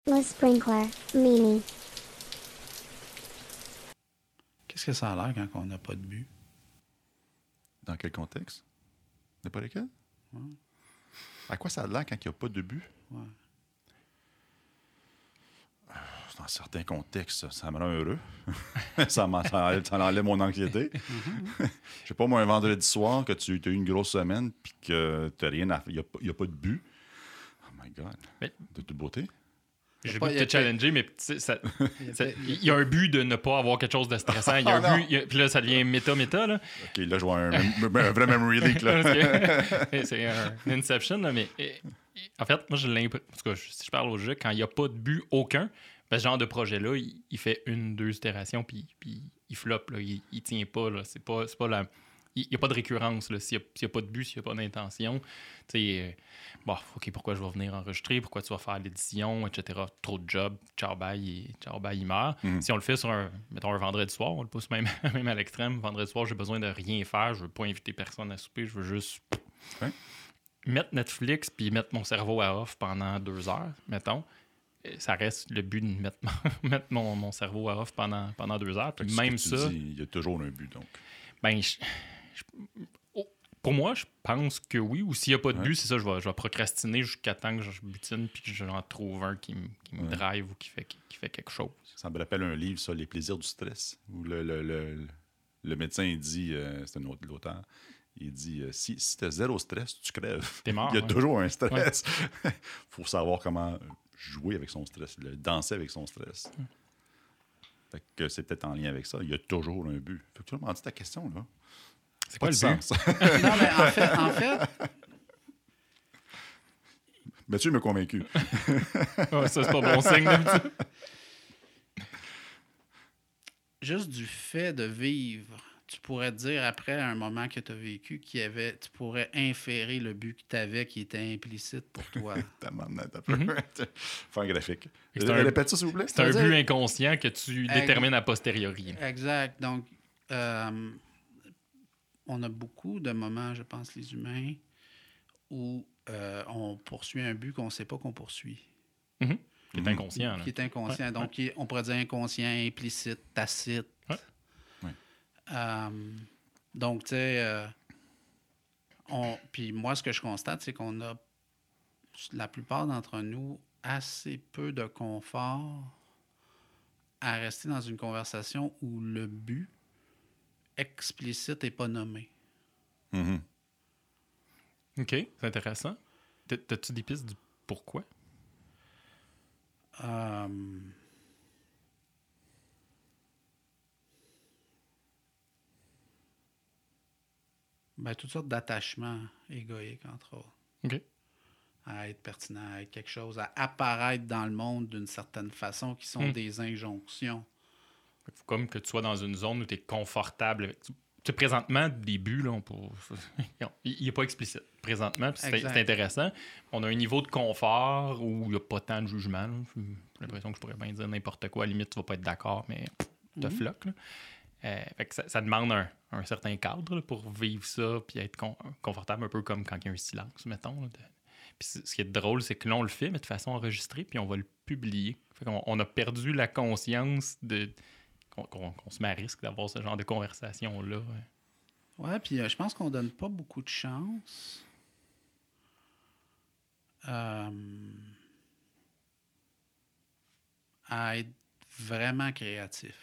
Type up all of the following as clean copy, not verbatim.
Le sprinkler, Mimi. Qu'est-ce que ça a l'air quand on n'a pas de but? Dans quel contexte? N'importe lequel? Ouais. À quoi ça a l'air quand il n'y a pas de but? Ouais. Dans certains contextes, ça me rend heureux. ça enlève mon anxiété. Je sais pas, moi, un vendredi soir, que tu as eu une grosse semaine puis que tu n'as rien à faire, il n'y a pas de but. Oh my God. Mais... De toute beauté. J'ai goût de te challenger, mais il y a un but de ne pas avoir quelque chose de stressant. Il y a un but, puis là, ça devient méta, là. OK, là, je vois un vrai memory leak, là. C'est un Inception, là, mais en fait, moi, j'ai l'impression, en tout cas, si je parle au jeu, quand il n'y a pas de but aucun, ben, ce genre de projet-là, il fait 1-2 itérations, puis il floppe, là, il tient pas, là. C'est pas la... Il n'y a pas de récurrence, là. S'il n'y a pas de but, s'il n'y a pas d'intention, tu sais, OK, pourquoi je vais venir enregistrer, pourquoi tu vas faire l'édition, etc. Trop de job, ciao, bye, il meurt. Si on le fait sur mettons un vendredi soir, on le pousse même à l'extrême. Vendredi soir, j'ai besoin de rien faire, je veux pas inviter personne à souper, je veux juste mettre Netflix puis mettre mon cerveau à off pendant 2 heures, mettons. Ça reste le but de mettre mon cerveau à off pendant 2 heures. Puis même ça... Il y a toujours un but, donc. Ben, pour moi, je pense que oui. Ou s'il n'y a pas de but, c'est ça, je vais procrastiner jusqu'à temps que je butine puis que j'en trouve un qui me drive ou qui fait quelque chose. Ça me rappelle un livre, ça, Les plaisirs du stress, où le médecin il dit, c'est un autre l'auteur, il dit si tu as zéro stress, tu crèves. T'es mort. Il y a toujours un stress. Il faut savoir comment jouer avec son stress, danser avec son stress. Fait que c'est peut-être en lien avec ça. Il y a toujours un but. Fait que tu m'as dit ta question, là. C'est quoi le but? Non, mais en fait... Mathieu m'a convaincu. Ça, c'est pas bon signe. Juste du fait de vivre, tu pourrais te dire, après un moment que tu as vécu, tu pourrais inférer le but que tu avais qui était implicite pour toi. T'as Faire un graphique. Répète ça, s'il vous plaît. C'est un but inconscient que tu détermines a posteriori. Exact. Donc, on a beaucoup de moments, je pense, les humains, où on poursuit un but qu'on ne sait pas qu'on poursuit. Qui est inconscient. Là. Qui est inconscient. Ouais, donc, on pourrait dire inconscient, implicite, tacite. Ouais. Donc, tu sais, puis moi, ce que je constate, c'est qu'on a, la plupart d'entre nous, assez peu de confort à rester dans une conversation où le but explicite n'est pas nommé. Mm-hmm. OK, c'est intéressant. T'as-tu des pistes du pourquoi? Toutes sortes d'attachements égoïques, entre autres. OK. À être pertinent, à être quelque chose, à apparaître dans le monde d'une certaine façon, qui sont des injonctions. Il faut comme que tu sois dans une zone où tu es confortable. Avec... Tu sais, présentement, des buts, là, il n'est pas explicite. Présentement, c'est intéressant. On a un niveau de confort où il n'y a pas tant de jugement. J'ai l'impression que je pourrais bien dire n'importe quoi. À la limite, tu ne vas pas être d'accord, mais te floque. Fait que ça demande un certain cadre là, pour vivre ça puis être confortable, un peu comme quand il y a un silence, mettons. Là, Puis ce qui est drôle, c'est que là, on le fait, mais de façon enregistrée, puis on va le publier. Fait qu'on a perdu la conscience qu'on se met à risque d'avoir ce genre de conversation-là. Ouais, puis je pense qu'on donne pas beaucoup de chance à être vraiment créatif.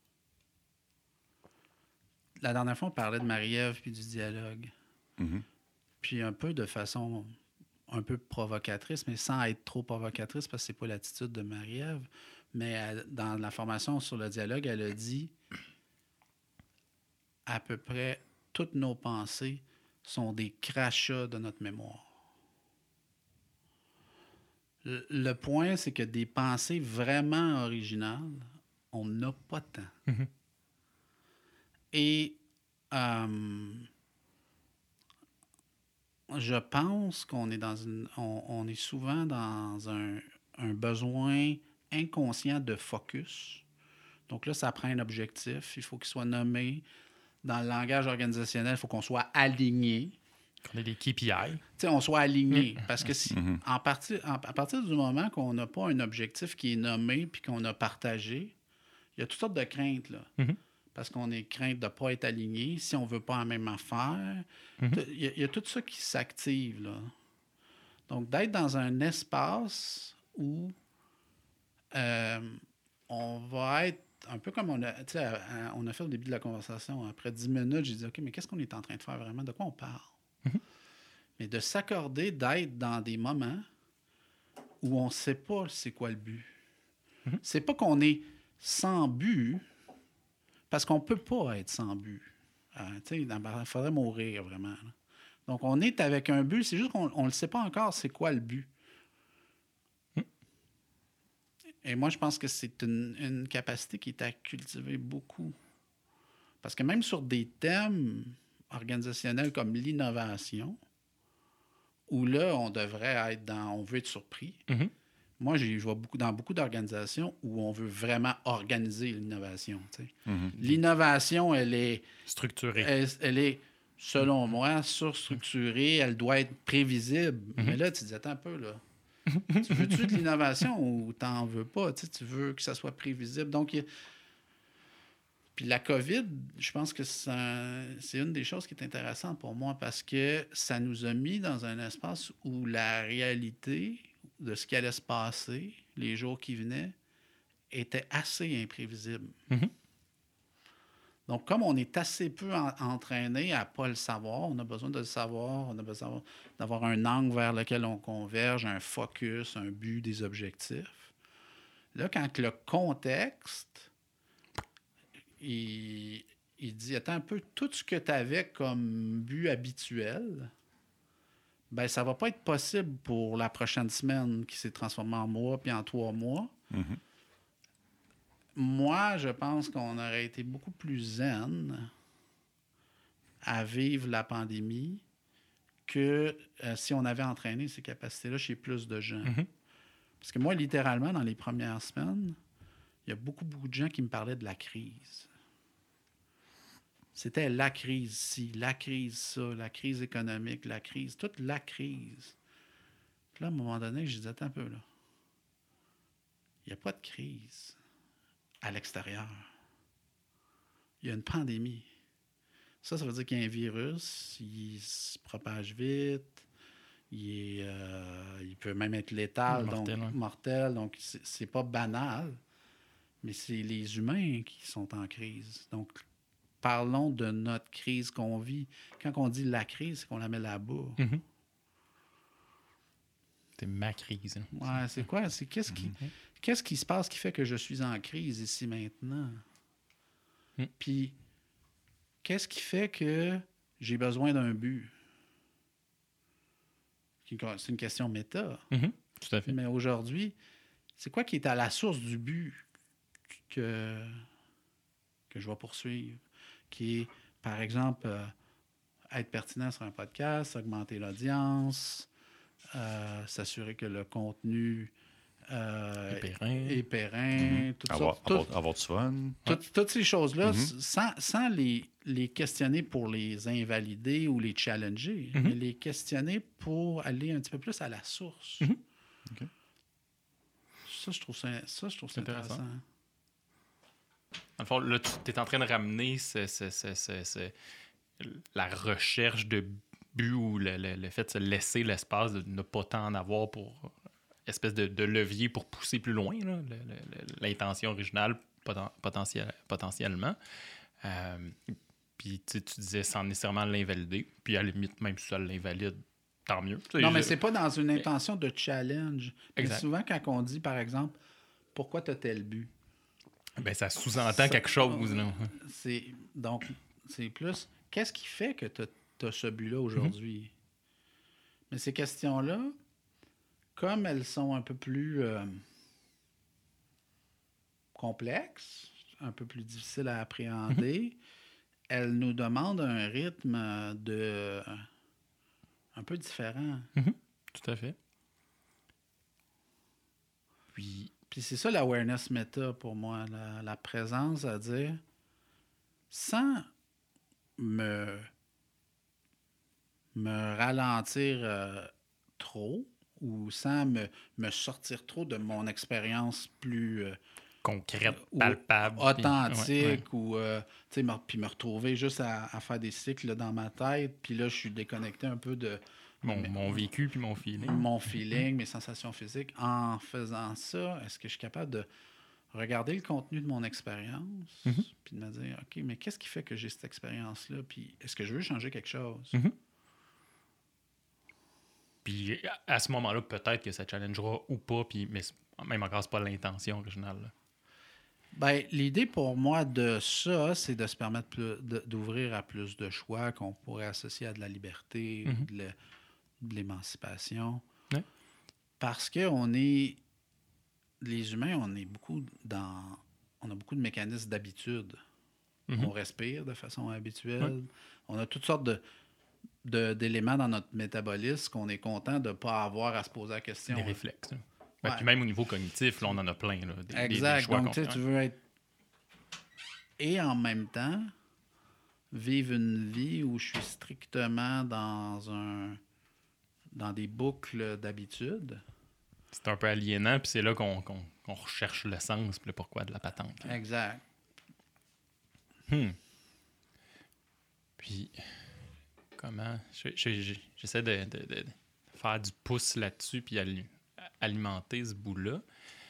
La dernière fois, on parlait de Marie-Ève puis du dialogue. Mm-hmm. Puis un peu de façon un peu provocatrice, mais sans être trop provocatrice, parce que c'est pas l'attitude de Marie-Ève. Mais dans la formation sur le dialogue, elle a dit à peu près toutes nos pensées sont des crachats de notre mémoire. Le point, c'est que des pensées vraiment originales, on n'a pas tant. Mm-hmm. Et je pense qu'on est on est souvent dans un besoin inconscient de focus. Donc là, ça prend un objectif. Il faut qu'il soit nommé. Dans le langage organisationnel, il faut qu'on soit aligné. Qu'on ait des KPI. Tu sais, on soit aligné. Parce que si, à partir du moment qu'on n'a pas un objectif qui est nommé puis qu'on a partagé, il y a toutes sortes de craintes, là. Parce qu'on est crainte de ne pas être aligné, si on ne veut pas la même affaire. Il y a tout ça qui s'active, là. Donc, d'être dans un espace où on va être un peu comme on a fait au début de la conversation. Après 10 minutes, j'ai dit, OK, mais qu'est-ce qu'on est en train de faire vraiment? De quoi on parle? Mais de s'accorder d'être dans des moments où on ne sait pas c'est quoi le but. C'est pas qu'on est sans but, parce qu'on ne peut pas être sans but. Il faudrait mourir vraiment. Là. Donc, on est avec un but, c'est juste qu'on ne le sait pas encore c'est quoi le but. Et moi, je pense que c'est une capacité qui est à cultiver beaucoup. Parce que même sur des thèmes organisationnels comme l'innovation, où là, on devrait être on veut être surpris. Moi, je vois dans beaucoup d'organisations où on veut vraiment organiser l'innovation. L'innovation, elle est structurée. Elle est, selon moi, surstructurée. Elle doit être prévisible. Mais là, tu dis, attends un peu, là. Tu veux-tu de l'innovation ou tu n'en veux pas? Tu veux que ça soit prévisible. Donc, puis la COVID, je pense que c'est une des choses qui est intéressante pour moi parce que ça nous a mis dans un espace où la réalité de ce qui allait se passer les jours qui venaient était assez imprévisible. Donc, comme on est assez peu entraîné à ne pas le savoir, on a besoin de le savoir, on a besoin d'avoir un angle vers lequel on converge, un focus, un but, des objectifs. Là, quand le contexte, il dit, attends un peu, tout ce que tu avais comme but habituel, ben ça ne va pas être possible pour la prochaine semaine qui s'est transformée en mois, puis en 3 mois. Moi, je pense qu'on aurait été beaucoup plus zen à vivre la pandémie que si on avait entraîné ces capacités-là chez plus de gens. Parce que moi, littéralement, dans les premières semaines, il y a beaucoup de gens qui me parlaient de la crise. C'était la crise ci, la crise ça, la crise économique, la crise, toute la crise. Puis là, à un moment donné, je disais, attends un peu, là. Il n'y a pas de crise à l'extérieur. Il y a une pandémie. Ça veut dire qu'il y a un virus, il se propage vite, il peut même être létal, mortel. Donc, c'est pas banal, mais c'est les humains qui sont en crise. Donc, parlons de notre crise qu'on vit. Quand on dit la crise, c'est qu'on la met là-bas. C'est ma crise. Ouais, c'est quoi? C'est qu'est-ce qui se passe qui fait que je suis en crise ici maintenant? Puis, qu'est-ce qui fait que j'ai besoin d'un but? C'est une question méta. Tout à fait. Mais aujourd'hui, c'est quoi qui est à la source du but que je vais poursuivre? Qui est, par exemple, être pertinent sur un podcast, augmenter l'audience, s'assurer que le contenu est périn, avoir du fun. Toutes ces choses-là, sans les questionner pour les invalider ou les challenger, mais les questionner pour aller un petit peu plus à la source. Okay. Ça, je trouve ça intéressant. Dans le fond, là, tu es en train de ramener la recherche de but ou le fait de se laisser l'espace de ne pas tant en avoir pour espèce de levier pour pousser plus loin là, l'intention originale potentiellement. Puis tu disais sans nécessairement l'invalider. Puis à la limite, même si ça l'invalide, tant mieux. Non, mais c'est pas dans une intention de challenge. Mais souvent, quand on dit, par exemple, pourquoi tu as tel but? Ben, ça sous-entend quelque chose. Là. Donc, c'est plus, qu'est-ce qui fait que tu as ce but-là aujourd'hui? Mais ces questions-là, comme elles sont un peu plus complexes, un peu plus difficiles à appréhender, elles nous demandent un rythme un peu différent. Tout à fait. Puis c'est ça l'awareness meta pour moi, la présence à dire, sans me ralentir trop ou sans me sortir trop de mon expérience plus Concrète, ou palpable. authentique puis- ou tu sais, puis me retrouver juste à faire des cycles dans ma tête. Puis là, je suis déconnecté un peu de mon vécu puis mon feeling. mon feeling, mes sensations physiques. En faisant ça, est-ce que je suis capable de regarder le contenu de mon expérience puis de me dire, OK, mais qu'est-ce qui fait que j'ai cette expérience-là? Puis est-ce que je veux changer quelque chose? Puis à ce moment-là, peut-être que ça challengera ou pas, puis, mais même encore, c'est pas l'intention originale. Là. Ben, l'idée pour moi de ça, c'est de se permettre d'ouvrir à plus de choix qu'on pourrait associer à de la liberté ou de l'émancipation. Ouais. Parce que on est, les humains, on est beaucoup on a beaucoup de mécanismes d'habitude. On respire de façon habituelle. Ouais. On a toutes sortes d'éléments dans notre métabolisme qu'on est content de ne pas avoir à se poser la question. Des réflexes. Là. Ben, Ouais. puis même au niveau cognitif, là, on en a plein. Là, Exact. des choix Donc, tu sais, tu veux être... Et en même temps, vivre une vie où je suis strictement dans des boucles d'habitude. C'est un peu aliénant, puis c'est là qu'on recherche le sens, puis le pourquoi de la patente. Exact. Puis, comment... J'essaie de faire du pouce là-dessus, puis alimenter ce bout-là.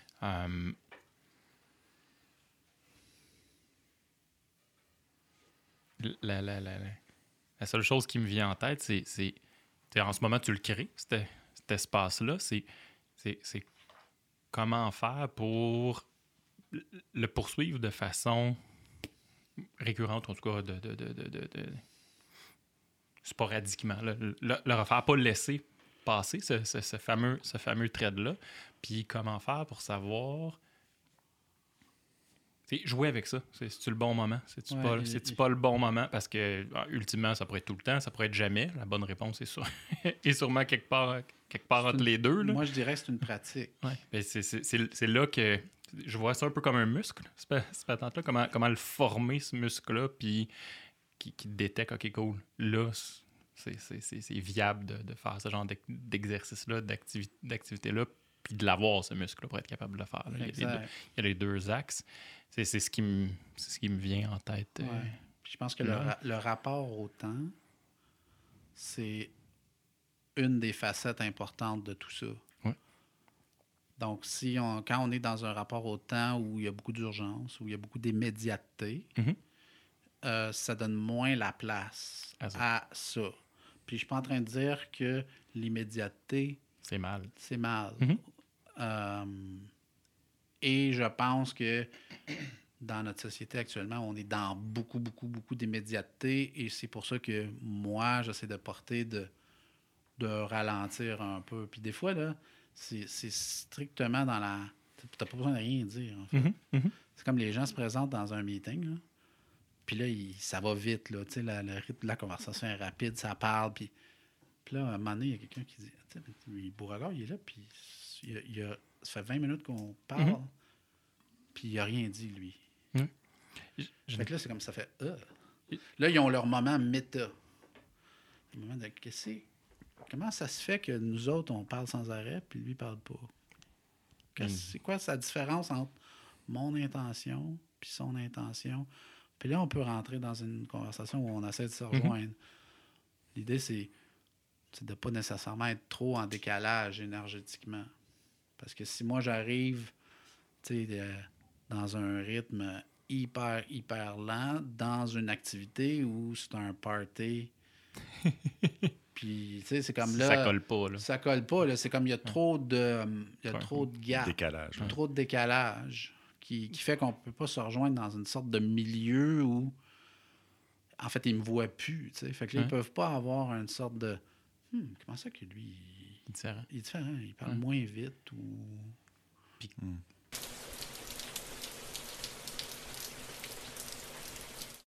La seule chose qui me vient en tête, c'est en ce moment, tu le crées, cet espace-là. C'est comment faire pour le poursuivre de façon récurrente, en tout cas, sporadiquement. Le refaire, pas le laisser passer, ce fameux thread-là. Puis comment faire pour savoir... jouer avec ça. C'est-tu le bon moment? C'est-tu pas le bon moment? Parce que, ultimement, ça pourrait être tout le temps, ça pourrait être jamais. La bonne réponse est sûrement quelque part entre les deux. Là. Moi, je dirais que c'est une pratique. Ouais. Ben, c'est là que je vois ça un peu comme un muscle. C'est patente-là. Comment le former, ce muscle-là, puis qui détecte, OK, cool. Là, c'est viable de faire ce genre d'exercice-là, d'activité-là, puis de l'avoir, ce muscle-là, pour être capable de le faire. Là. Il y a les deux axes. C'est ce qui me vient en tête. Ouais. Puis je pense que le rapport au temps, c'est une des facettes importantes de tout ça. Ouais. Donc, quand on est dans un rapport au temps où il y a beaucoup d'urgence, où il y a beaucoup d'immédiateté, ça donne moins la place à ça. Puis je suis pas en train de dire que l'immédiateté... C'est mal. C'est mal. Et je pense que dans notre société actuellement, on est dans beaucoup, beaucoup, beaucoup d'immédiateté. Et c'est pour ça que moi, j'essaie de porter de ralentir un peu. Puis des fois, là, c'est strictement dans la... T'as pas besoin de rien dire, en fait. C'est comme les gens se présentent dans un meeting, là. Puis là, ça va vite, là. Tu sais, le rythme de la conversation est rapide, ça parle. Puis là, à un moment donné, il y a quelqu'un qui dit... Beauregard, il est là, puis ça fait 20 minutes qu'on parle, puis il n'a rien dit, lui. Fait que là, c'est comme ça fait... Là, ils ont leur moment méta. Le moment de... Comment ça se fait que nous autres, on parle sans arrêt, puis lui, il parle pas? C'est quoi sa différence entre mon intention puis son intention? Puis là, on peut rentrer dans une conversation où on essaie de se rejoindre. L'idée, c'est de ne pas nécessairement être trop en décalage énergétiquement. Parce que si moi, j'arrive dans un rythme hyper, hyper lent, dans une activité où c'est un party... Puis, tu sais, c'est comme là... Ça colle pas, là. Ça colle pas, là. C'est comme il y a trop de... trop de gap. Décalage. Trop de décalage qui fait qu'on peut pas se rejoindre dans une sorte de milieu où... En fait, ils me voient plus, tu sais. Fait que là, ils peuvent pas avoir une sorte de... comment ça que lui... Différent. Il est différent. Il parle moins vite ou... Puis